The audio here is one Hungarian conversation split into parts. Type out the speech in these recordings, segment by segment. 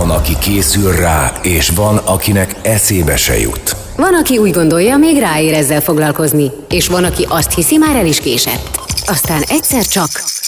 Van, aki készül rá, és van, akinek eszébe se jut. Van, aki úgy gondolja, még ráér ezzel foglalkozni, és van, aki azt hiszi, már el is késett. Aztán egyszer csak...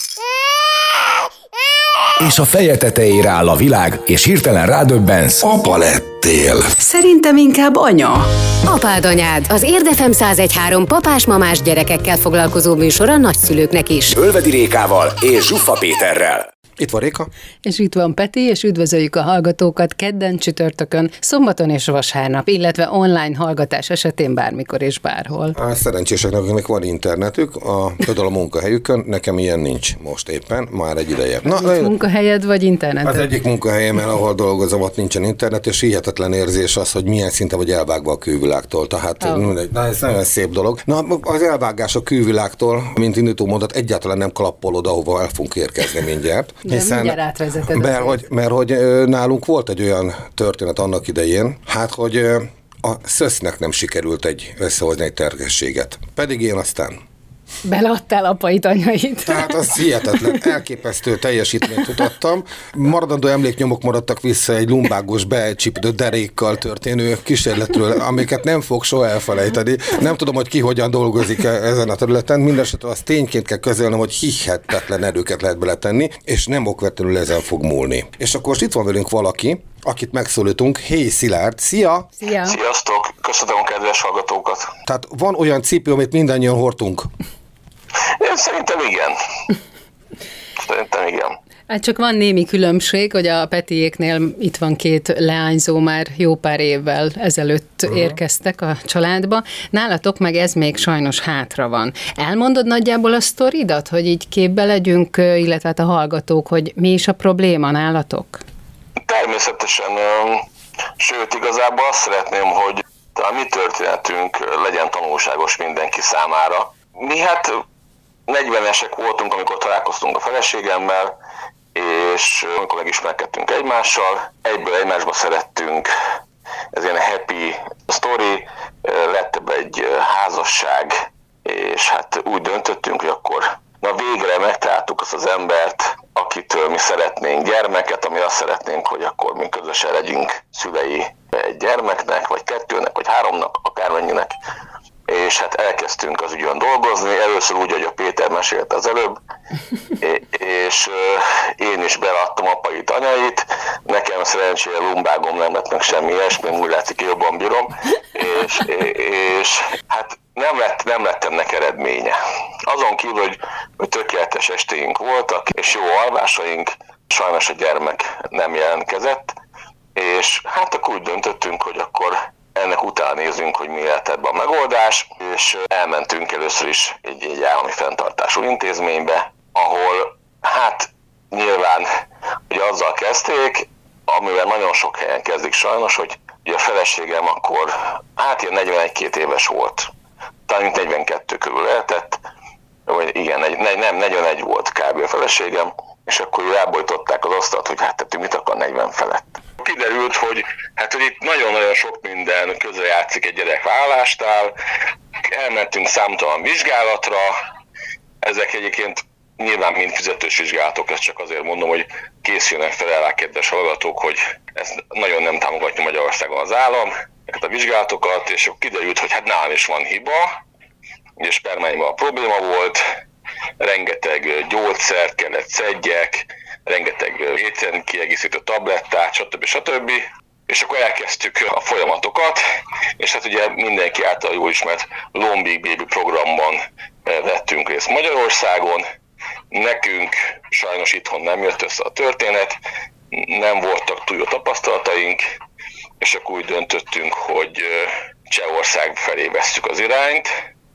És a feje tetejére áll a világ, és hirtelen rádöbbensz. Apa lettél. Szerintem inkább anya. Apád anyád, az Érdefem 101.3 papás-mamás gyerekekkel foglalkozó műsor a nagyszülőknek is. Ölvedi Rékával és Zsuffa Péterrel. Itt van Réka. És itt van Peti, és üdvözöljük a hallgatókat kedden, csütörtökön, szombaton és vasárnap, illetve online hallgatás esetén bármikor és bárhol. A szerencséseknek, akiknek van internetük, például a munkahelyükön, nekem ilyen nincs most éppen, már egy ideje. Munkahelyed vagy internet? Az egyik munkahelyemen, ahol dolgozom, ott nincsen internet, és hihetetlen érzés az, hogy milyen szinten vagy elvágva a külvilágból. Tehát ez nagyon szép dolog. Na, az elvágás a külvilágtól, mint indító mondat, egyáltalán nem klappol oda, ahova el fogunk érkezni mindjárt. Mindjárt átvezeted. Mert hogy nálunk volt egy olyan történet annak idején, hogy a szösznek nem sikerült összehozni egy terhességet. Pedig én aztán beleadtál apait, anyait. Tehát az hihetetlen, elképesztő teljesítményt mutattam. Maradandó emléknyomok maradtak vissza egy lumbágos becsípődött derékkal történő kísérletről, amiket nem fog soha elfelejteni. Nem tudom, hogy ki hogyan dolgozik ezen a területen. Mindenesetre az tényként kell közölnöm, hogy hihetetlen erőket lehet beletenni, és nem okvetlenül ezen fog múlni. És akkor most itt van velünk valaki, akit megszólítunk. Hé, Szilárd, szia! Szia! Sziasztok! Köszönöm a kedves hallgatókat! Tehát van olyan cipő, amit mindannyian hordtunk? Én szerintem igen. Hát csak van némi különbség, hogy a Petiéknél itt van két leányzó, már jó pár évvel ezelőtt érkeztek a családba. Nálatok meg ez még sajnos hátra van. Elmondod nagyjából a sztoridat, hogy így képbe legyünk, illetve hát a hallgatók, hogy mi is a probléma nálatok? Természetesen, sőt igazából azt szeretném, hogy a mi történetünk legyen tanulságos mindenki számára. Mi 40-esek voltunk, amikor találkoztunk a feleségemmel, és amikor megismerkedtünk egymással, egyből egymásba szerettünk. Ez ilyen happy story, lett egy házasság, és úgy döntöttünk, hogy akkor végre megtaláltuk azt az embert, akitől mi szeretnénk gyermeket, ami azt szeretnénk, hogy akkor mi közösen legyünk szülei egy gyermeknek, vagy kettőnek, vagy háromnak, akármennyinek. És elkezdtünk az ügyön dolgozni, először úgy, hogy a Péter mesélte az előbb, és én is beadtam apait, anyait, nekem szerencsére lumbágom nem lett meg semmi ilyesmi, úgy látszik, jobban bírom, és nem lett ennek eredménye. Azon kívül, hogy tökéletes estéink voltak, és jó alvásaink, sajnos a gyermek nem jelentkezett, és akkor úgy döntöttünk, hogy akkor ennek utána nézzünk, hogy mi lehet ebben a megoldás, és elmentünk először is egy állami fenntartású intézménybe, ahol nyilván ugye azzal kezdték, amivel nagyon sok helyen kezdik sajnos, hogy ugye a feleségem akkor ilyen 41-2 éves volt, talán 42 körül lehetett, vagy igen, nem, 41 volt kb. A feleségem, és akkor rábojtották az asztalt, hogy mit akar 40 felett. Kiderült, hogy itt nagyon-nagyon sok minden közrejátszik egy gyerek vállalásnál, elmentünk számtalan vizsgálatra, ezek egyébként nyilván mind fizetős vizsgálatok, ezt csak azért mondom, hogy készüljenek fel rá, kedves hallgatók, hogy ezt nagyon nem támogatja Magyarországon az állam, a vizsgálatokat, és kiderült, hogy nálam is van hiba, ugye spermáimban probléma volt, rengeteg gyógyszert kellett szedjek, rengeteg étrendkiegészítő tablettát, stb. És akkor elkezdtük a folyamatokat, és ugye mindenki által jól ismert Lombik Baby programban vettünk részt Magyarországon. Nekünk sajnos itthon nem jött össze a történet, nem voltak túl jó tapasztalataink, és akkor úgy döntöttünk, hogy Csehország felé vesszük az irányt,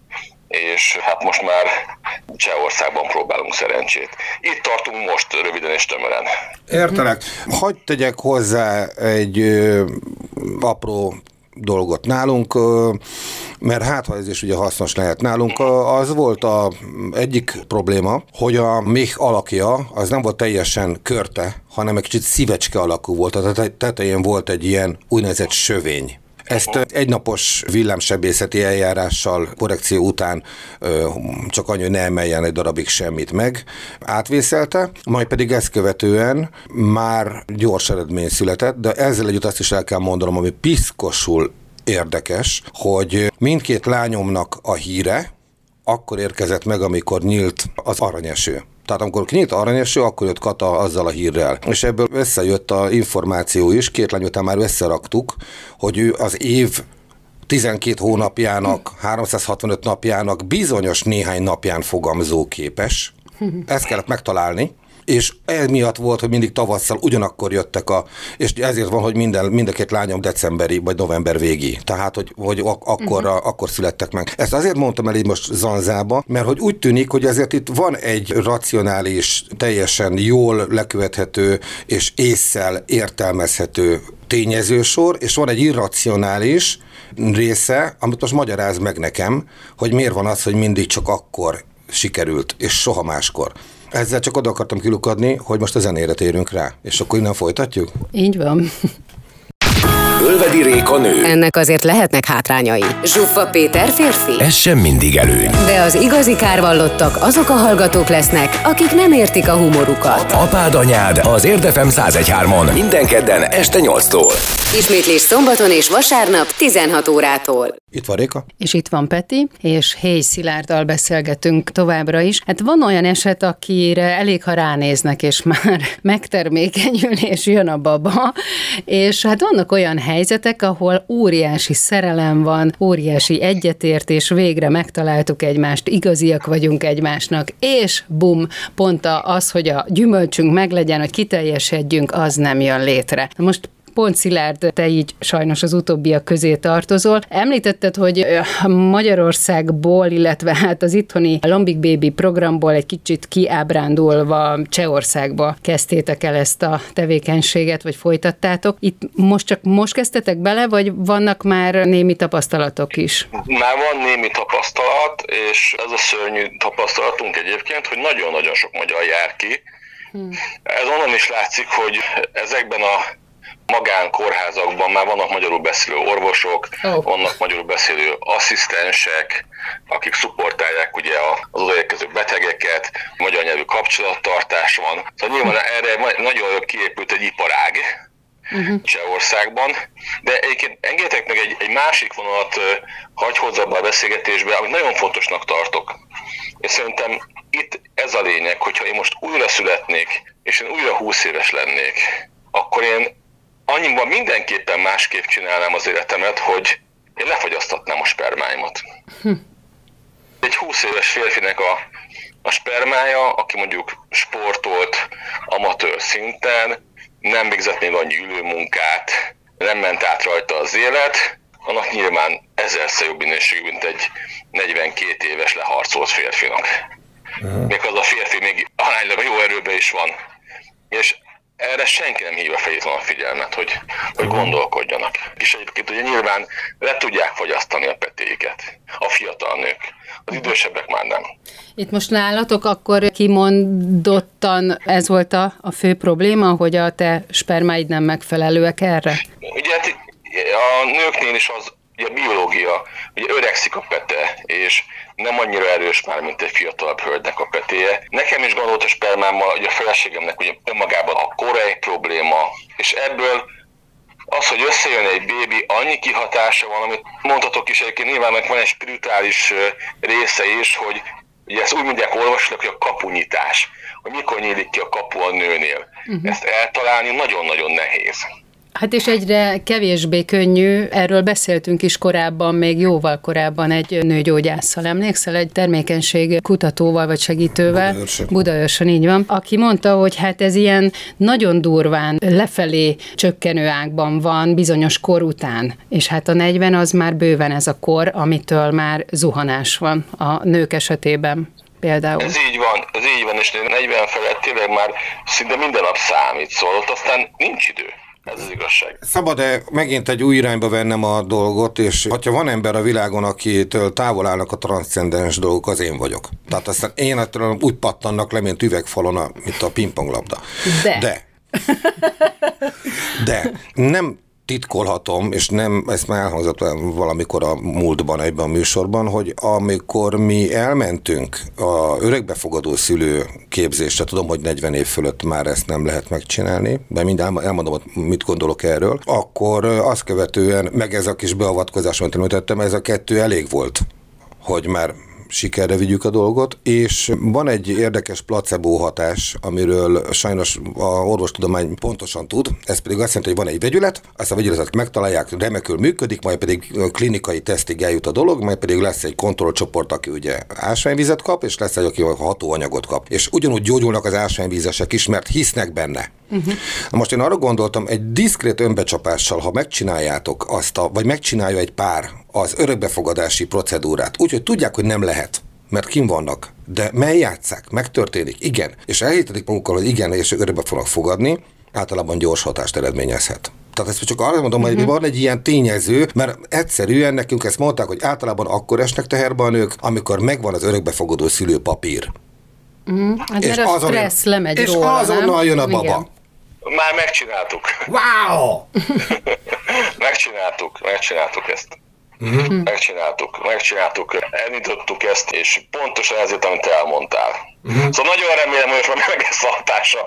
és most már Csehországban próbálunk szerencsét. Itt tartunk most röviden és tömören. Értelek. Hadd tegyek hozzá egy apró dolgot nálunk, mert ha ez is ugye hasznos lehet nálunk. Az volt az egyik probléma, hogy a méh alakja az nem volt teljesen körte, hanem egy kicsit szívecske alakú volt. A tetején volt egy ilyen úgynevezett sövény. Ezt egynapos villámsebészeti eljárással, korrekció után csak annyi, hogy ne emeljen egy darabig semmit meg, átvészelte, majd pedig ezt követően már gyors eredmény született, de ezzel együtt azt is el kell mondanom, ami piszkosul érdekes, hogy mindkét lányomnak a híre akkor érkezett meg, amikor nyílt az aranyeső. Tehát amikor nyílt aranyeső, akkor jött Kata azzal a hírrel. És ebből összejött az információ is, két lány után már összeraktuk, hogy ő az év 12 hónapjának, 365 napjának bizonyos néhány napján fogamzóképes. Ezt kellett megtalálni. És emiatt volt, hogy mindig tavasszal ugyanakkor jöttek és ezért van, hogy mind a két lányom decemberi vagy november végi. Tehát, hogy akkor születtek meg. Ezt azért mondtam el így most zanzába, mert hogy úgy tűnik, hogy azért itt van egy racionális, teljesen jól lekövethető és ésszel értelmezhető tényezősor, és van egy irracionális része, amit most magyaráz meg nekem, hogy miért van az, hogy mindig csak akkor sikerült, és soha máskor. Ezzel csak oda akartam kilukadni, hogy most a zenére térünk rá, és akkor innen folytatjuk? Így van. Ölvedi Réka nő. Ennek azért lehetnek hátrányai. Zsuffa Péter férfi. Ez sem mindig előny. De az igazi kárvallottak azok a hallgatók lesznek, akik nem értik a humorukat. Apád anyád az Érd FM 101.3-on minden kedden este 8-tól. Ismétlés szombaton és vasárnap 16 órától. Itt van Réka. És itt van Peti, és Héj Szilárddal beszélgetünk továbbra is. Hát van olyan eset, akire elég, ha ránéznek, és már megtermékenyül, és jön a baba, és hát vannak olyan helyzetek, ahol óriási szerelem van, óriási egyetértés, végre megtaláltuk egymást, igaziak vagyunk egymásnak, és bum, pont az, hogy a gyümölcsünk meglegyen, hogy kiteljesedjünk, az nem jön létre. Most pont Szilárd, te így sajnos az utóbbiak közé tartozol. Említetted, hogy Magyarországból, illetve hát az itthoni Lombik Baby programból egy kicsit kiábrándulva Csehországba kezdtétek el ezt a tevékenységet, vagy folytattátok. Itt most kezdtetek bele, vagy vannak már némi tapasztalatok is? Már van némi tapasztalat, és ez a szörnyű tapasztalatunk egyébként, hogy nagyon-nagyon sok magyar jár ki. Ez onnan is látszik, hogy ezekben a magánkórházakban már vannak magyarul beszélő orvosok, vannak magyarul beszélő asszisztensek, akik szupportálják ugye az odaérkező betegeket, magyar nyelvű kapcsolattartás van. Szóval nyilván erre nagyon kiépült egy iparág Csehországban, de egyébként engedjetek meg egy másik vonalat hagy hozzá be a beszélgetésbe, amit nagyon fontosnak tartok. És szerintem itt ez a lényeg, hogyha én most újra születnék, és én újra 20 éves lennék, akkor én annyiban mindenképpen másképp csinálnám az életemet, hogy én lefagyasztatnám a spermáimat. Egy 20 éves férfinek a spermája, aki mondjuk sportolt amatőr szinten, nem végzett még annyi ülőmunkát, nem ment át rajta az élet, annak nyilván ezerszer jobb minőségű, mint egy 42 éves leharcolt férfinak. Még az a férfi még aránylag jó erőben is van. És erre senki nem hívja fejétlen a figyelmet, hogy gondolkodjanak. És egyébként ugye nyilván le tudják fogyasztani a petéiket, a fiatal nők. Az idősebbek már nem. Itt most nálatok akkor kimondottan ez volt a fő probléma, hogy a te spermáid nem megfelelőek erre? Ugye a nőknél is az, ugye a biológia, ugye öregszik a pete, és nem annyira erős már, mint egy fiatalabb hölgynek a petéje. Nekem is gondolt a spermámmal, hogy a feleségemnek ugye önmagában a kora egy probléma, és ebből az, hogy összejön egy bébi, annyi kihatása van, amit mondhatok is, egyébként nyilván van egy spirituális része is, hogy ugye ezt úgy mondják orvosilag, hogy a kapunyítás, hogy mikor nyílik ki a kapu a nőnél. Ezt eltalálni nagyon-nagyon nehéz. Hát és egyre kevésbé könnyű, erről beszéltünk is korábban, még jóval korábban egy nőgyógyásszal, emlékszel, egy termékenység kutatóval vagy segítővel, Budaörsön, így van, aki mondta, hogy hát ez ilyen nagyon durván lefelé csökkenő ágban van bizonyos kor után, és hát a 40 az már bőven ez a kor, amitől már zuhanás van a nők esetében. Például. Ez így van, és 40 felett tényleg már szinte minden nap számít, szóval ott aztán nincs idő. Ez az igazság. Szabad-e megint egy új irányba vennem a dolgot, és ha van ember a világon, akitől távol állnak a transzcendens dolgok, az én vagyok. Tehát aztán én úgy pattannak le, mint üvegfalon, mint a pingponglabda. De nem titkolhatom, és nem, ezt már elhangzott valamikor a múltban ebben a műsorban, hogy amikor mi elmentünk a örökbefogadó szülő képzésre, tudom, hogy 40 év fölött már ezt nem lehet megcsinálni, de mindjárt elmondom, mit gondolok erről, akkor azt követően, meg ez a kis beavatkozás, amit említettem, ez a 2 elég volt, hogy már sikerre vigyük a dolgot, és van egy érdekes placebo hatás, amiről sajnos a orvostudomány pontosan tud, ez pedig azt jelenti, hogy van egy vegyület, azt a vegyületet megtalálják, remekül működik, majd pedig klinikai tesztig eljut a dolog, majd pedig lesz egy kontrollcsoport, aki ugye ásványvizet kap, és lesz egy, aki hatóanyagot kap. És ugyanúgy gyógyulnak az ásványvízesek is, mert hisznek benne. Most én arra gondoltam, egy diszkrét önbecsapással, ha megcsináljátok azt, vagy megcsinálja egy pár az örökbefogadási procedúrát, úgyhogy tudják, hogy nem lehet, mert kim vannak, de megjátsszák, megtörténik, igen, és elhitetik magukkal, hogy igen, és örökbe fognak fogadni, általában gyors hatást eredményezhet. Tehát ezt csak arra mondom, hogy van egy ilyen tényező, mert egyszerűen nekünk ezt mondták, hogy általában akkor esnek teherbe a nők, amikor megvan az örökbefogadó szülő papír. Hát és mert a stressz lemegy róla, és azonnal jön a baba. Igen. Már megcsináltuk. Wow! Megcsináltuk ezt. Megcsináltuk, elindítottuk ezt, és pontosan ezért, amit elmondtál. Szóval nagyon remélem, hogy most meg lesz a hatása.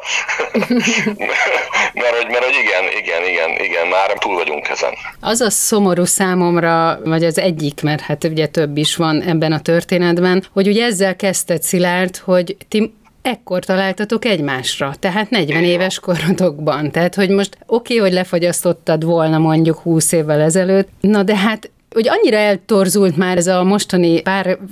mert hogy igen, már túl vagyunk ezen. Az a szomorú számomra, vagy az egyik, mert hát ugye több is van ebben a történetben, hogy ugye ezzel kezdted, Szilárd, hogy ti ekkor találtatok egymásra, tehát 40 éves korotokban. Tehát, hogy most oké, hogy lefagyasztottad volna mondjuk 20 évvel ezelőtt, na de hát hogy annyira eltorzult már ez a mostani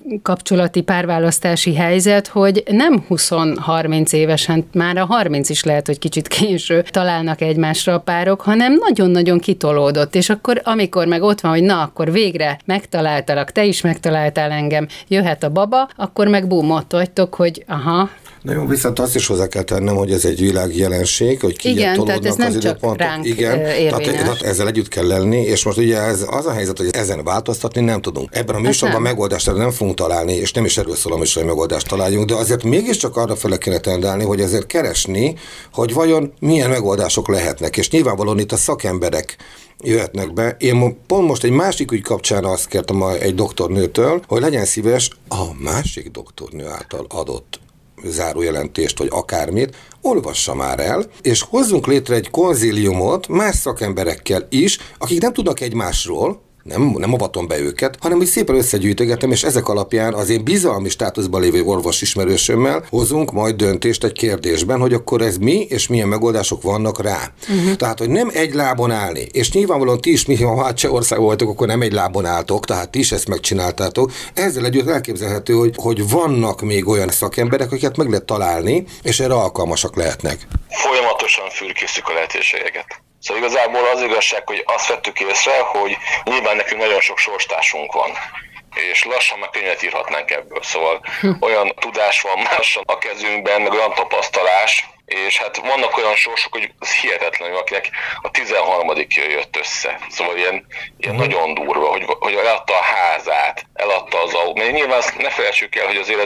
párválasztási helyzet, hogy nem 20-30 évesen, már a 30 is lehet, hogy kicsit késő találnak egymásra a párok, hanem nagyon-nagyon kitolódott, és akkor, amikor meg ott van, hogy na, akkor végre megtaláltalak, te is megtaláltál engem, jöhet a baba, akkor meg bum, ott vagytok, hogy aha. Na jó, viszont azt is hozzá kell tennem, hogy ez egy világjelenség, hogy kigyeltolódnak az időpontok. Igen, tehát ezzel együtt kell lenni, és most ugye ez az a helyzet, hogy ezen változtatni nem tudunk. Ebben a műsorban megoldást nem fogunk találni, és nem is erről szól a műsor, hogy megoldást találjunk, de azért mégiscsak arra fele kéne tendálni, hogy azért keresni, hogy vajon milyen megoldások lehetnek, és nyilvánvalóan itt a szakemberek jöhetnek be. Én pont most egy másik ügy kapcsán azt kértem egy doktornőtől, hogy legyen szíves a másik doktornő által adott zárójelentést, vagy akármit, olvassa már el, és hozzunk létre egy konzíliumot más szakemberekkel is, akik nem tudnak egymásról, nem avatom be őket, hanem hogy szépen összegyűjtögetem, és ezek alapján az én bizalmi státuszban lévő orvos ismerősömmel hozunk majd döntést egy kérdésben, hogy akkor ez mi, és milyen megoldások vannak rá. Tehát, hogy nem egy lábon állni, és nyilvánvalóan ti is, ha Csehországban voltok, akkor nem egy lábon álltok, tehát ti is ezt megcsináltátok. Ezzel együtt elképzelhető, hogy vannak még olyan szakemberek, akiket meg lehet találni, és erre alkalmasak lehetnek. Folyamatosan fürkészük a lehetőségeket. Szóval igazából az igazság, hogy azt vettük észre, hogy nyilván nekünk nagyon sok sorstársunk van, és lassan már könyvet írhatnánk ebből. Szóval olyan tudás van máson a kezünkben, meg olyan tapasztalás, és hát vannak olyan sorsok, hogy ez hihetetlen, akinek a 13. jött össze. Szóval ilyen nagyon durva, hogy eladta a házát, eladta az autót. Mert nyilván ne felejtsük el, hogy azért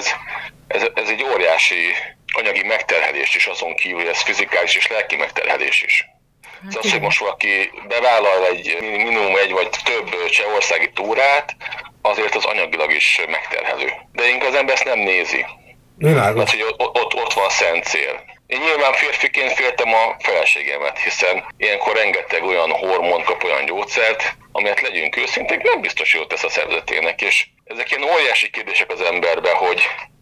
ez egy óriási anyagi megterhelés is, azon kívül, hogy ez fizikális és lelki megterhelés is. Szóval az, hogy most valaki bevállal egy minimum egy vagy több csehországi túrát, azért az anyagilag is megterhelő. De inkább az ember ezt nem nézi. Mert hogy ott van szent cél. Én nyilván férfiként féltem a feleségemet, hiszen ilyenkor rengeteg olyan hormon kap, olyan gyógyszert, amelyet legyünk őszinték, nem biztos jót tesz a szervezetének. És ezek ilyen óriási kérdések az emberbe, hogy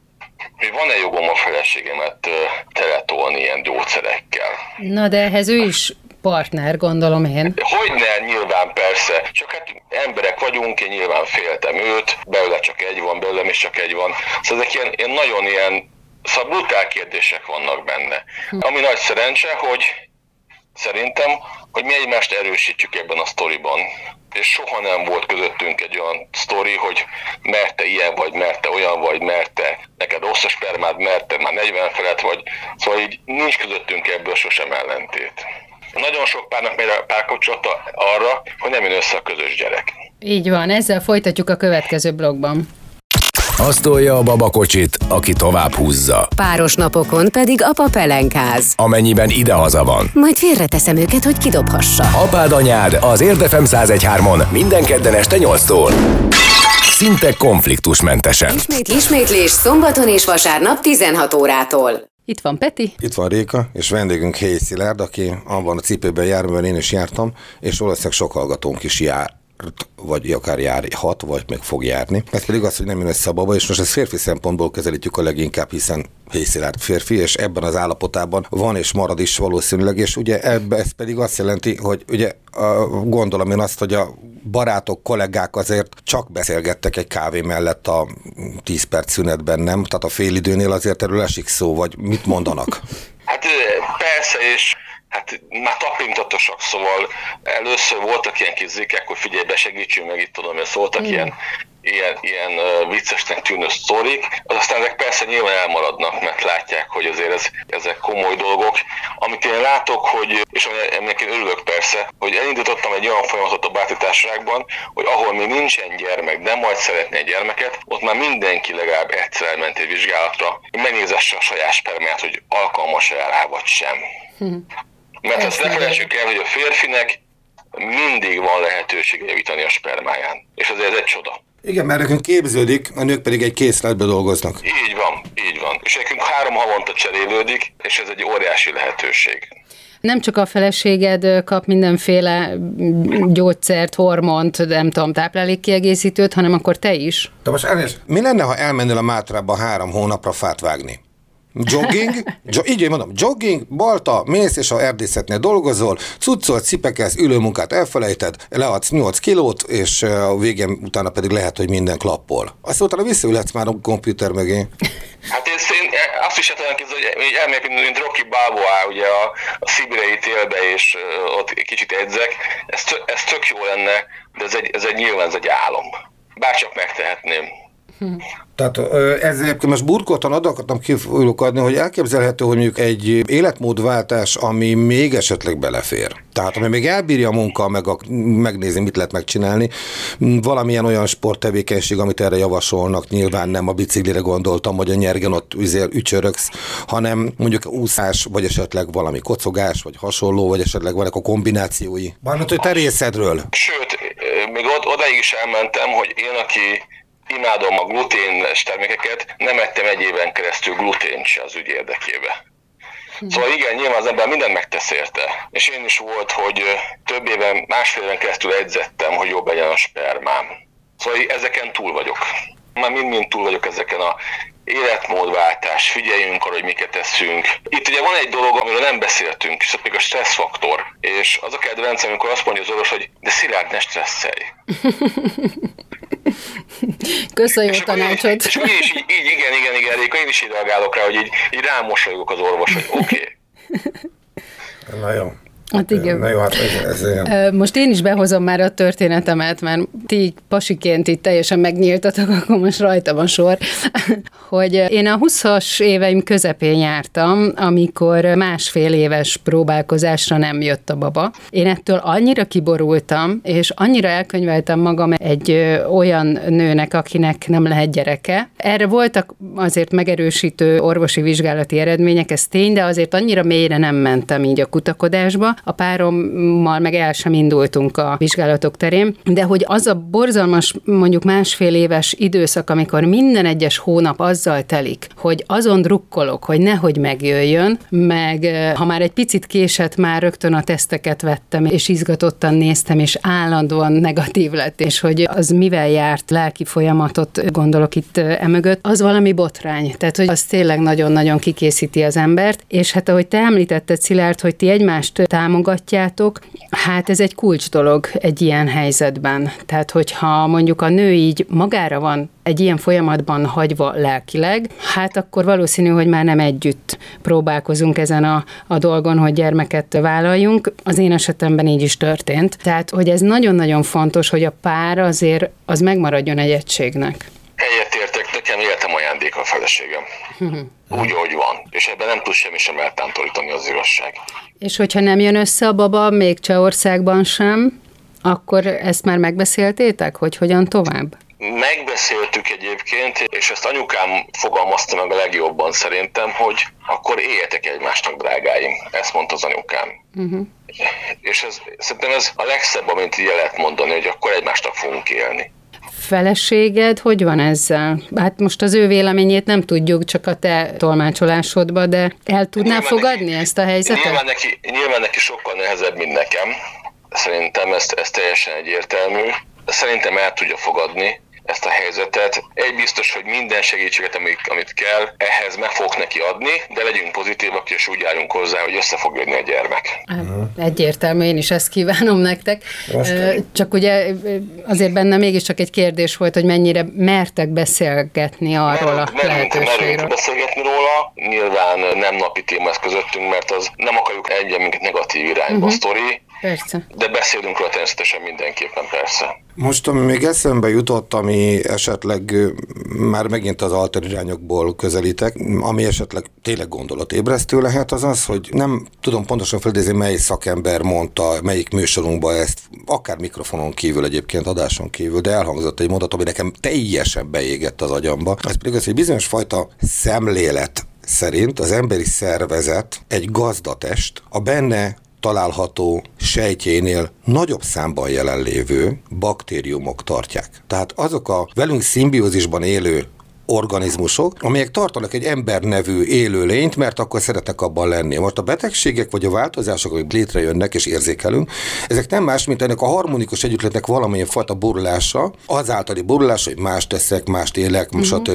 van-e jogom a feleségemet teletolni ilyen gyógyszerekkel. Na de ehhez ő is partner, gondolom én. Hogyne, nyilván persze. Csak hát emberek vagyunk, én nyilván féltem őt, belőle csak egy van, belőlem is csak egy van. Szóval ezek ilyen nagyon szóval brutál kérdések vannak benne. Ami nagy szerencse, hogy szerintem, hogy mi egymást erősítjük ebben a sztoriban. És soha nem volt közöttünk egy olyan sztori, hogy mert te ilyen vagy, mert te olyan vagy, mert te neked rossz a spermád, mert te már 40 felett vagy. Szóval így nincs közöttünk ebből sosem ellentét. Nagyon sok párnak megy a párkapcsolata arra, hogy nem jön össze a közös gyerek. Így van, ezzel folytatjuk a következő blogban. Azt tolja a babakocsit, aki tovább húzza. Páros napokon pedig apa pelenkáz. Amennyiben idehaza van. Majd félreteszem őket, hogy kidobhassa. Apád anyád az Érd FM 101.3-on minden kedden este 8-tól. Szinte konfliktusmentesen. Ismétlés szombaton és vasárnap 16 órától. Itt van Peti. Itt van Réka, és vendégünk Héj Szilárd, aki abban a cipőben jár, amiben én is jártam, és valószínűleg sok hallgatónk is jár, vagy akár járhat, vagy meg fog járni. Ez pedig az, hogy nem jön össze a baba, és most ezt férfi szempontból közelítjük a leginkább, hiszen Héj Szilárd férfi, és ebben az állapotában van és marad is valószínűleg, és ugye ez pedig azt jelenti, hogy ugye gondolom én azt, hogy a barátok, kollégák azért csak beszélgettek egy kávé mellett a 10 perc szünetben, nem? Tehát a félidőnél azért erről esik szó, vagy mit mondanak? Hát persze, és hát már tapintatosak, szóval először voltak ilyen kis zikkek, hogy figyelj be, segítsünk meg, itt tudom, hogy szóltak ilyen viccesnek tűnő sztorik, aztán ezek persze nyilván elmaradnak, mert látják, hogy azért ezek komoly dolgok. Amit én látok, és ennek én örülök persze, hogy elindítottam egy olyan folyamatot a Báti Társaságban, hogy ahol még nincsen gyermek, de majd szeretné egy gyermeket, ott már mindenki legalább egyszer elment egy vizsgálatra, hogy megnézesse a saját spermát, hogy alkalmas-e rá vagy sem. Mert ezt ne felejtsük el, hogy a férfinek mindig van lehetősége javítani a spermáján. És azért ez egy csoda. Igen, mert nekünk képződik, a nők pedig egy készletbe dolgoznak. Így van. És nekünk 3 havonta cserélődik, és ez egy óriási lehetőség. Nem csak a feleséged kap mindenféle gyógyszert, hormont, nem tudom, táplálékkiegészítőt, hanem akkor te is. De most elnézést, mi lenne, ha elmennél a Mátrába 3 hónapra fát vágni? Jogging, így én mondom, jogging, balta, mész és a erdészetnél dolgozol, cuccol, cipekelsz, ülőmunkát elfelejted, leadsz 8 kilót, és a végén utána pedig lehet, hogy minden klappol. Azt utána visszaülhetsz már a komputer mögé. Hát én azt is tudom képzelni, hogy elmegyek, mint Rocky Balboa, ugye a szibirei télbe, és ott kicsit edzek, ez tök jó lenne, de ez egy álom. Bárcsak megtehetném. Tehát ezért most burkoltan akartam kifújulni, hogy elképzelhető, hogy mondjuk egy életmódváltás, ami még esetleg belefér. Tehát ami még elbírja a munka, megnézni, mit lehet megcsinálni. Valamilyen olyan sporttevékenység, amit erre javasolnak, nyilván nem a biciklire gondoltam, hogy a nyergen ott ücsörögsz, hanem mondjuk úszás, vagy esetleg valami kocogás, vagy hasonló, vagy esetleg vannak a kombinációi. Bármint, hogy te részedről. Sőt, még odaig is elmentem, hogy én, aki imádom a gluténes termékeket, nem ettem 1 éven keresztül glutént se az ügy érdekébe. Szóval igen, nyilván az ember mindent megtesz érte. És én is volt, hogy több éven, 1,5 éven keresztül edzettem, hogy jobb legyen a spermám. Szóval ezeken túl vagyok. Már mind túl vagyok ezeken a életmódváltás, figyeljünk arra, hogy miket teszünk. Itt ugye van egy dolog, amiről nem beszéltünk, és ez még a stresszfaktor. És az a kedvencem, amikor azt mondja az orvos, hogy de Szilárd, ne stresszelj. Köszönjük a tanácsot. És én is igen, Réka, én is így reagálok rá, hogy így rámosolygok az orvos, hogy oké. Na jó. Hát igen. Na jó, hát ez ilyen. Most én is behozom már a történetemet, mert ti pasiként itt teljesen megnyíltatok, akkor most rajta van sor, hogy én a 20-as éveim közepén jártam, amikor 1,5 éves próbálkozásra nem jött a baba. Én ettől annyira kiborultam, és annyira elkönyveltem magam egy olyan nőnek, akinek nem lehet gyereke. Erre voltak azért megerősítő orvosi vizsgálati eredmények, ez tény, de azért annyira mélyre nem mentem így a kutakodásba. A párommal meg el sem indultunk a vizsgálatok terén, de hogy az a borzalmas, mondjuk 1,5 éves időszak, amikor minden egyes hónap azzal telik, hogy azon drukkolok, hogy nehogy megjöjjön, meg ha már egy picit késett, már rögtön a teszteket vettem, és izgatottan néztem, és állandóan negatív lett, és hogy az mivel járt lelki folyamatot gondolok itt emögött, az valami botrány. Tehát, hogy az tényleg nagyon-nagyon kikészíti az embert, és hát ahogy te említetted, Szilárd, hogy ti egymást támogatjátok, hát ez egy kulcs dolog egy ilyen helyzetben. Tehát, hogyha mondjuk a nő így magára van egy ilyen folyamatban hagyva lelkileg, hát akkor valószínű, hogy már nem együtt próbálkozunk ezen a dolgon, hogy gyermeket vállaljunk. Az én esetemben így is történt. Tehát, hogy ez nagyon-nagyon fontos, hogy a pár azért az megmaradjon egy egységnek. Egyetértek, nekem életem ajándék a feleségem. Úgy, ahogy van. És ebben nem tud semmi sem eltántorítani az igazság. És hogyha nem jön össze a baba, még Csehországban sem, akkor ezt már megbeszéltétek, hogy hogyan tovább? Megbeszéltük egyébként, és ezt anyukám fogalmazta meg a legjobban szerintem, hogy akkor éljetek egymásnak, drágáim. Ezt mondta az anyukám. És szerintem ez a legszebb, amit így lehet mondani, hogy akkor egymásnak fogunk élni. Feleséged, hogy van ezzel? Hát most az ő véleményét nem tudjuk, csak a te tolmácsolásodba, de el tudná fogadni ezt a helyzetet? Nyilván neki sokkal nehezebb, mint nekem. Szerintem ez teljesen egyértelmű. Szerintem el tudja fogadni ezt a helyzetet. Egy biztos, hogy minden segítséget, amit kell, ehhez meg fogok neki adni, de legyünk pozitívak, és úgy álljunk hozzá, hogy össze fog jönni a gyermek. Egyértelmű, én is ezt kívánom nektek. Csak ugye azért benne mégiscsak egy kérdés volt, hogy mennyire mertek beszélgetni arról a lehetőségről. Merünk beszélgetni róla, nyilván nem napi téma ez közöttünk, mert az nem akarjuk engem minket negatív irányba sztori. Persze. De beszélünk róla természetesen mindenképpen, persze. Most, ami még eszembe jutott, ami esetleg már megint az alter irányokból közelítek, ami esetleg tényleg gondolatébresztő lehet, az az, hogy nem tudom pontosan felidézni, mely szakember mondta, melyik műsorunkban ezt, akár mikrofonon kívül egyébként, adáson kívül, de elhangzott egy mondat, ami nekem teljesen beégett az agyamba. Ez pedig az, hogy bizonyos fajta szemlélet szerint az emberi szervezet egy gazdatest, a benne található sejtjénél nagyobb számban jelenlévő baktériumok tartják. Tehát azok a velünk szimbiózisban élő organizmusok, amelyek tartanak egy ember nevű élőlényt, mert akkor szeretnek abban lenni. Most a betegségek vagy a változások, amik létrejönnek és érzékelünk, ezek nem más, mint ennek a harmonikus együttletnek valamilyen fajta borulása, azáltali borulás, hogy mást teszek, mást élek,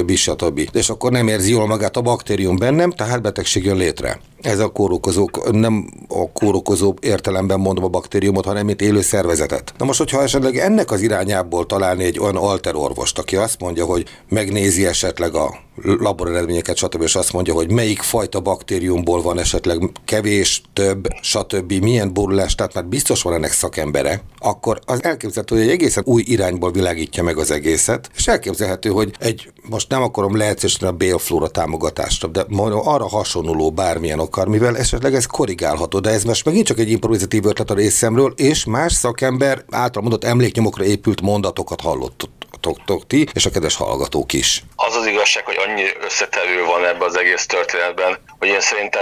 stb. És akkor nem érzi jól magát a baktérium bennem, tehát betegség jön létre. Ez a kórokozók, nem a kórokozó értelemben mondom a baktériumot, hanem mint élő szervezetet. Na most, hogyha esetleg ennek az irányából találni egy olyan alterorvost, aki azt mondja, hogy megnézi esetleg a laboreredményeket, stb. És azt mondja, hogy melyik fajta baktériumból van esetleg kevés, több, stb. Milyen borulás, tehát már biztos van ennek szakembere, akkor az elképzelhető, hogy egy egészen új irányból világítja meg az egészet, és elképzelhető, hogy most nem akarom leegyszerűsíteni a bélflóra támogatásra, de arra hasonló bármilyen akar, mivel esetleg ez korrigálható, de ez most megint csak egy improvizatív ötlet a részemről, és más szakember által mondott emléknyomokra épült mondatokat hallottok ti, és a kedves hallgatók is. Az az igazság, hogy annyi összetevő van ebbe az egész történetben, hogy én szerintem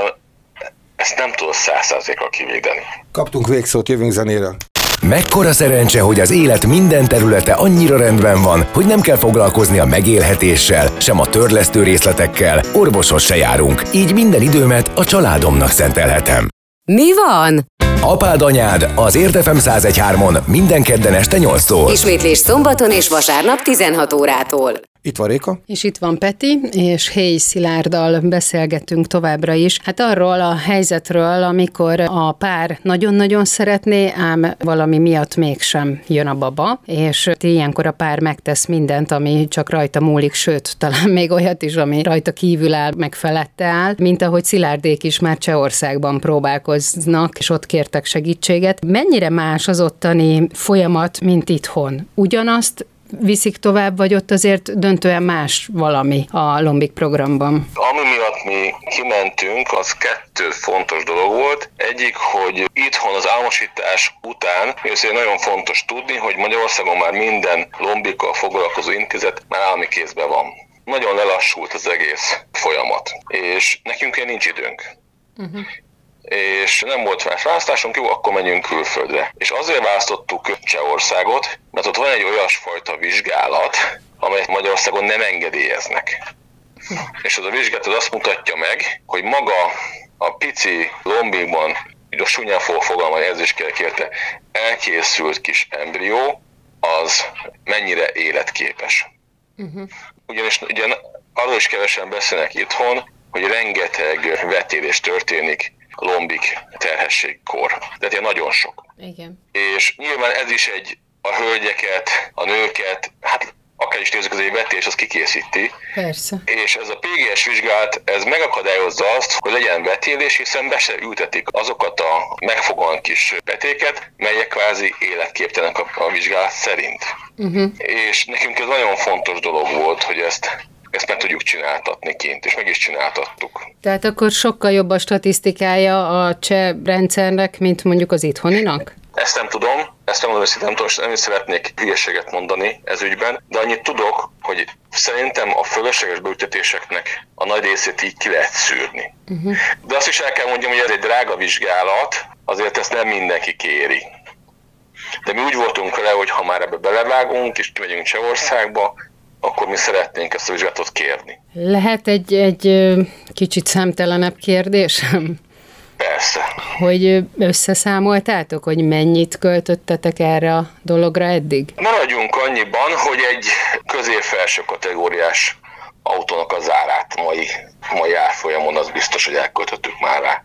ezt nem tudod 100%-kal kivédeni. Kaptunk végszót, jövünk zenére. Mekkora szerencse, hogy az élet minden területe annyira rendben van, hogy nem kell foglalkozni a megélhetéssel, sem a törlesztő részletekkel, orvoshoz se járunk, így minden időmet a családomnak szentelhetem. Mi van? Apád anyád az Érd FM 101.3-on minden kedden este 8-tól. Ismétlés szombaton és vasárnap 16 órától. Itt van Réka. És itt van Peti, és Héj Szilárddal beszélgetünk továbbra is. Hát arról a helyzetről, amikor a pár nagyon-nagyon szeretné, ám valami miatt mégsem jön a baba, és ilyenkor a pár megtesz mindent, ami csak rajta múlik, sőt, talán még olyat is, ami rajta kívül áll, meg felette áll, mint ahogy Szilárdék is már Csehországban próbálkoznak, és ott kértek segítséget. Mennyire más az ottani folyamat, mint itthon? Ugyanazt viszik tovább, vagy ott azért döntően más valami a Lombik programban? Ami miatt mi kimentünk, az 2 fontos dolog volt. Egyik, hogy itthon az álmosítás után, és nagyon fontos tudni, hogy Magyarországon már minden lombikkal foglalkozó intézet már állami kézben van. Nagyon lelassult az egész folyamat, és nekünk ilyen nincs időnk. És nem volt más választásunk, jó, akkor menjünk külföldre. És azért választottuk Csehországot, mert ott van egy olyasfajta vizsgálat, amelyet Magyarországon nem engedélyeznek. És az a vizsgálat az azt mutatja meg, hogy maga a pici lombikban, a súnyán fogok fogalmazni, ez is kérte, elkészült kis embrió, az mennyire életképes. Ugyanis arról is kevesen beszélnek itthon, hogy rengeteg vetélés történik lombik terhességkor. Tehát ilyen nagyon sok. Igen. És nyilván ez is a hölgyeket, a nőket, hát akár is nézzük, az egy vetés, az kikészíti. Persze. És ez a PGS vizsgálat, ez megakadályozza azt, hogy legyen vetélés, hiszen be se ültetik azokat a megfogalmi kis petéket, melyek kvázi életképtelenek a vizsgálat szerint. És nekünk ez nagyon fontos dolog volt, hogy ezt meg tudjuk csináltatni kint, és meg is csináltattuk. Tehát akkor sokkal jobb a statisztikája a cseh rendszernek, mint mondjuk az itthoninak? Ezt nem tudom, ezt megmondom, hogy nem szeretnék hülyeséget mondani ez ügyben, de annyit tudok, hogy szerintem a fölösleges beültetéseknek a nagy részét így ki lehet szűrni. De azt is el kell mondjam, hogy ez egy drága vizsgálat, azért ezt nem mindenki kéri. De mi úgy voltunk vele, hogy ha már ebbe belevágunk, és kimegyünk Csehországba, akkor mi szeretnénk ezt a vizsgálatot kérni. Lehet egy kicsit számtalanebb kérdésem? Persze. Hogy összeszámoltátok, hogy mennyit költöttetek erre a dologra eddig? Maradjunk annyiban, hogy egy közép-felső kategóriás autónak az árát mai árfolyamon az biztos, hogy elköltöttük már rá.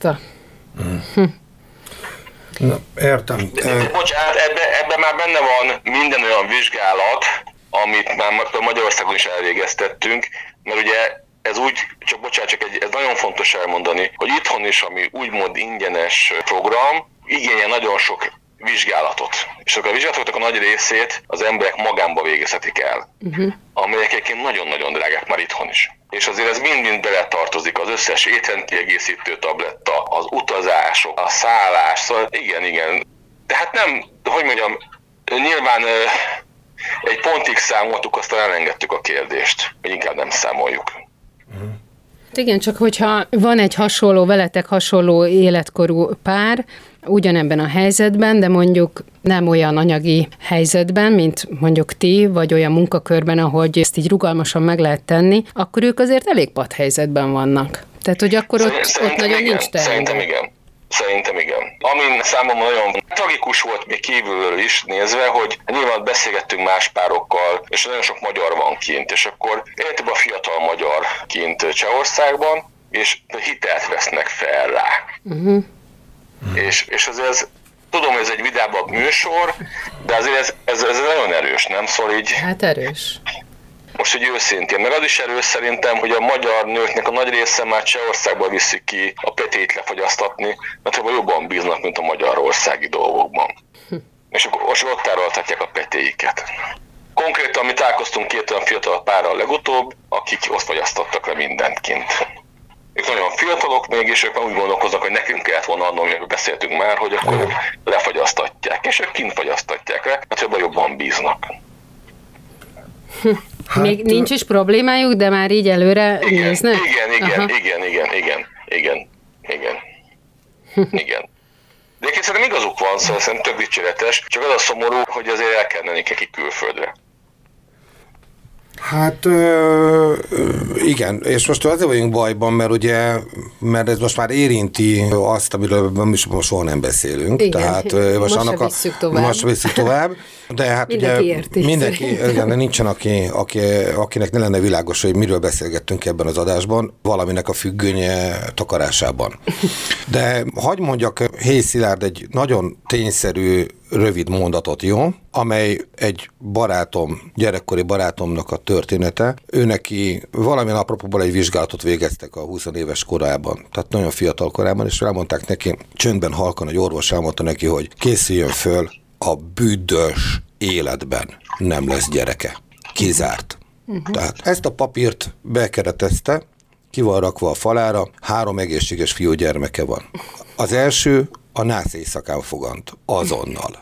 Na, értem. Bocsánat, ebben már benne van minden olyan vizsgálat, amit már Magyarországon is elvégeztettünk, mert ugye ez úgy, ez nagyon fontos elmondani, hogy itthon is, ami úgymond ingyenes program, igényel nagyon sok vizsgálatot. És akkor a vizsgálatoknak a nagy részét az emberek magánba végezhetik el, amelyek egyébként nagyon-nagyon drágák már itthon is. És azért ez mind-mind beletartozik, az összes étrendkiegészítő tabletta, az utazások, a szállás, szóval igen. Tehát nem, hogy mondjam, nyilván egy pontig számoltuk, aztán elengedtük a kérdést, hogy inkább nem számoljuk. Igen, csak hogyha van egy veletek hasonló életkorú pár, ugyanebben a helyzetben, de mondjuk nem olyan anyagi helyzetben, mint mondjuk ti, vagy olyan munkakörben, ahogy ezt így rugalmasan meg lehet tenni, akkor ők azért elég padhelyzetben vannak. Tehát, hogy akkor ott nagyon nincs teendő. Szerintem igen. Ami számomra nagyon tragikus volt még kívülről is nézve, hogy nyilván beszélgettünk más párokkal, és nagyon sok magyar van kint, és akkor egyre a fiatal magyar kint Csehországban, és hitelt vesznek fel rá. És azért tudom, hogy ez egy vidámabb műsor, de azért ez nagyon erős, nem? Szóval így... Hát erős. Most így őszintén, meg az is erős szerintem, hogy a magyar nőknek a nagy része már Csehországba viszik ki a petéit lefogyasztatni, mert jobban bíznak, mint a magyarországi dolgokban. És akkor ott árultatják a petéiket. Konkrétan mi találkoztunk két olyan fiatal párral legutóbb, akik ott fogyasztottak le mindent kint. Ők nagyon fiatalok még, és ők már úgy gondolkoznak, hogy nekünk kellett volna annól, amiről beszéltünk már, hogy akkor ők lefogyasztatják, és ők kint fogyasztatják le, mert jobban bíznak. Hát, még nincs is problémájuk, de már így előre néznek? Igen. De egyébként szerintem igazuk van, szóval szerintem tök dicséretes, csak az a szomorú, hogy azért el kell menni neki külföldre. Hát igen, és most azért vagyunk bajban, mert ez most már érinti azt, amiről most soha nem beszélünk. Igen, tehát most se visszük tovább. De hát mindenki nincsen, akinek ne lenne világos, hogy miről beszélgettünk ebben az adásban, valaminek a függönye takarásában. De hadd mondjak Héj Szilárd egy nagyon tényszerű, rövid mondatot, jó? Amely egy gyerekkori barátomnak a története. Ő neki valamilyen apropóból egy vizsgálatot végeztek a 20 éves korában, tehát nagyon fiatal korában, és elmondták neki, csöndben halkan, egy orvos elmondta neki, hogy készüljön föl, a büdös életben nem lesz gyereke. Kizárt. Tehát ezt a papírt bekeretezte, ki van rakva a falára, 3 egészséges fiúgyermeke van. Az első a nász éjszakán fogant. Azonnal.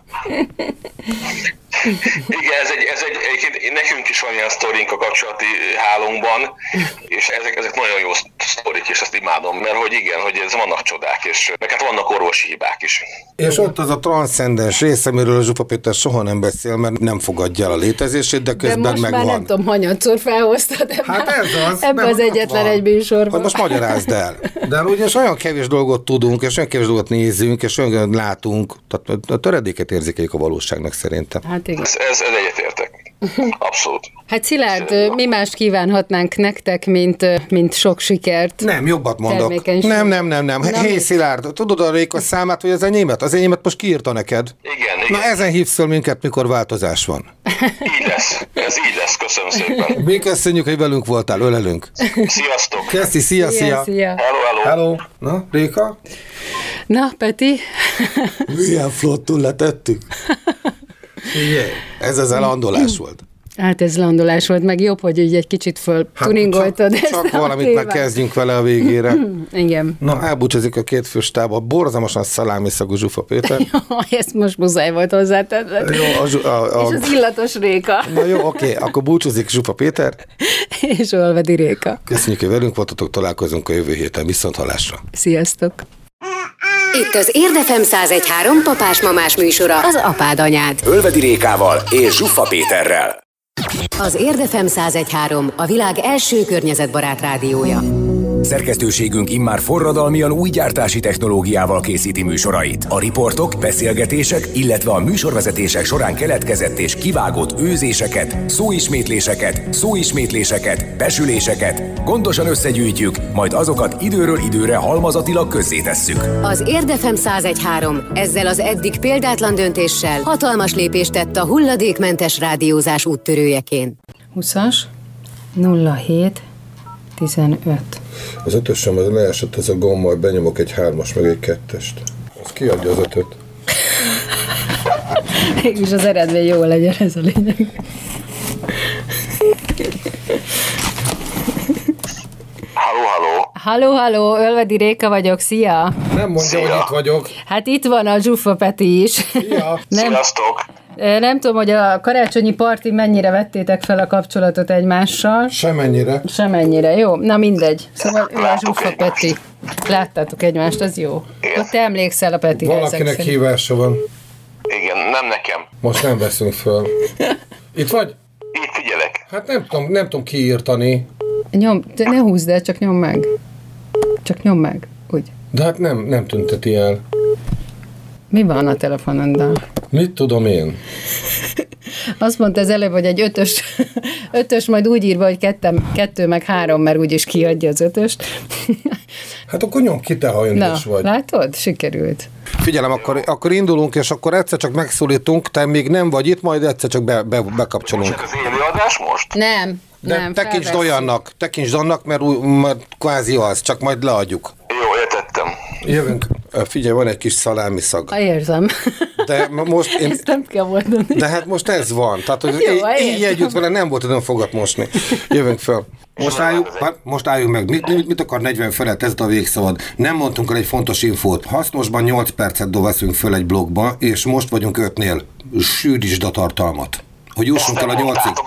Igen, egyébként nekünk is van ilyen sztorink a kapcsolati hálónkban, és ezek nagyon jó sztorik, és ezt imádom, mert hogy igen, hogy ez vannak csodák, és meg hát vannak orvosi hibák is. És ott az a transzcendens rész, amiről Zsufa Péter soha nem beszél, mert nem fogadja el a létezését, de közben megvan. De most már nem tudom, hanyatszor felhoztad ebbe az egyetlen egy műsorban. Most magyarázd el. De ugyanis olyan kevés dolgot tudunk, és olyan kevés dolgot nézünk, és olyan látunk, tehát a töredéket érzékeljük a valóságnak szerintem. Hát igen. Ez egyetértek. Abszolút. Hát Szilárd, mi mást kívánhatnánk nektek, mint sok sikert? Nem, jobbat mondok. Nem. Héj Szilárd, tudod a Réka számát, hogy az enyémet? Az enyémet most kiírta neked? Igen. Na ezen hívsz föl minket, mikor változás van. Így lesz. Ez így lesz. Köszönöm szépen. Mi köszönjük, hogy velünk voltál. Ölelünk. Sziasztok. Keszi, szia. Hello. Na, Réka? Na, Peti? Milyen flottul letettük. Igen, ez az elandolás volt. Hát ez landolás volt, meg jobb, hogy így egy kicsit föltuningoltad ezt csak a valamit témát. már kezdjünk vele a végére. Igen. Na, elbúcsúzik a két fős tába, borzalmasan szalámiszagú Zsufa Péter. Ezt most muszáj volt hozzátenned. Jó, És az illatos Réka. Na jó, oké, akkor búcsúzik Zsufa Péter. És Olvedi Réka. Köszönjük, hogy velünk voltatok, találkozunk a jövő héten. Viszonthallásra. Sziasztok! Itt az Érdefem 101.3 papás-mamás műsora, az apád anyád. Ölvedi Rékával és Zsuffa Péterrel. Az Érdefem 101.3 a világ első környezetbarát rádiója. Szerkesztőségünk immár forradalmian új gyártási technológiával készíti műsorait. A riportok, beszélgetések, illetve a műsorvezetések során keletkezett és kivágott őzéseket, szóismétléseket, besüléseket gondosan összegyűjtjük, majd azokat időről időre halmazatilag közzétesszük. Az Érdefem 101.3 ezzel az eddig példátlan döntéssel hatalmas lépést tett a hulladékmentes rádiózás úttörőjeként. 20-as, 07, 15. Az ötösem az leesett ez a gomb, majd benyomok egy 3-as, meg egy 2-est. Az kiadja az 5-öt. Mégis az eredmény jó legyen, ez a lényeg. Halló, Ölvedi Réka vagyok, szia! Nem mondja, hogy itt vagyok. Hát itt van a Zsuffa Peti is. Szia! Sziasztok! Nem tudom, hogy a karácsonyi parti mennyire vettétek fel a kapcsolatot egymással. Semennyire, jó. Na mindegy. Szóval ő a Zsuffa Peti. Láttátok egymást, az jó. Ott te emlékszel a Petire. Valakinek hívása van. Igen, nem nekem. Most nem veszünk föl. Itt vagy? Itt figyelek. Hát nem tudom kiírtani. Ne húzd el, csak nyomd meg. Csak nyomd meg, úgy. De hát nem tünteti el. Mi van a telefonoddal? Mit tudom én? Azt mondta az előbb, hogy egy ötös majd úgy írva, hogy 2 meg 3, mert úgyis kiadja az 5-öst. Hát akkor nyom ki te, ha önös vagy. Látod? Sikerült. Figyelem, akkor indulunk, és akkor egyszer csak megszólítunk, te még nem vagy itt, majd egyszer csak bekapcsolunk. Csak az élőadás most? Nem. Tekintsd annak, mert kvázi az, csak majd leadjuk. Jó, értettem. Jövünk. Figyelj, van egy kis szalámi szag. Érzem. De most ezt nem kell mondani. De hát most ez van. Tehát, hogy így együtt vele nem volt olyan fogat mosni. Jövünk föl. Most álljunk meg. Mit akar 40 felett? Ez a végszavad. Nem mondtunk el egy fontos infót. Hasznosban 8 percet doveszünk föl egy blogba, és most vagyunk 5-nél. Sűrítsd a tartalmat. Hogy jussunk el a 8-ig.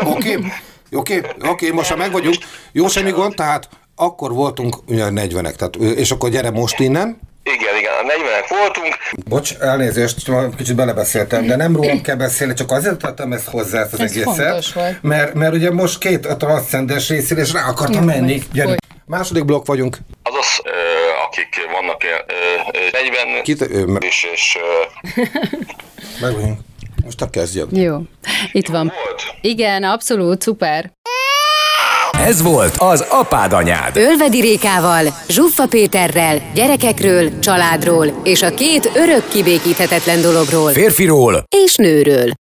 Oké, most már meg vagyunk. Jó, semmi gond, tehát akkor voltunk ugye 40-ek. Tehát, és akkor gyere most innen. Igen, a 40-ek voltunk. Bocs, elnézést, kicsit belebeszéltem, de nem rólam kell beszélni, csak azért tettem ezt hozzá ezt az egészet. Mert ugye most 2 a transzcendens részére, és rá akartam menni. Második blokk vagyunk. Azaz, akik vannak 40 és meg vagyunk. Most a kezdjed. Jó, itt van. Igen, abszolút, szuper. Ez volt az Apád Anyád. Ölvedi Rékával, Zsuffa Péterrel, gyerekekről, családról és a 2 örök kibékíthetetlen dologról. Férfiról és nőről.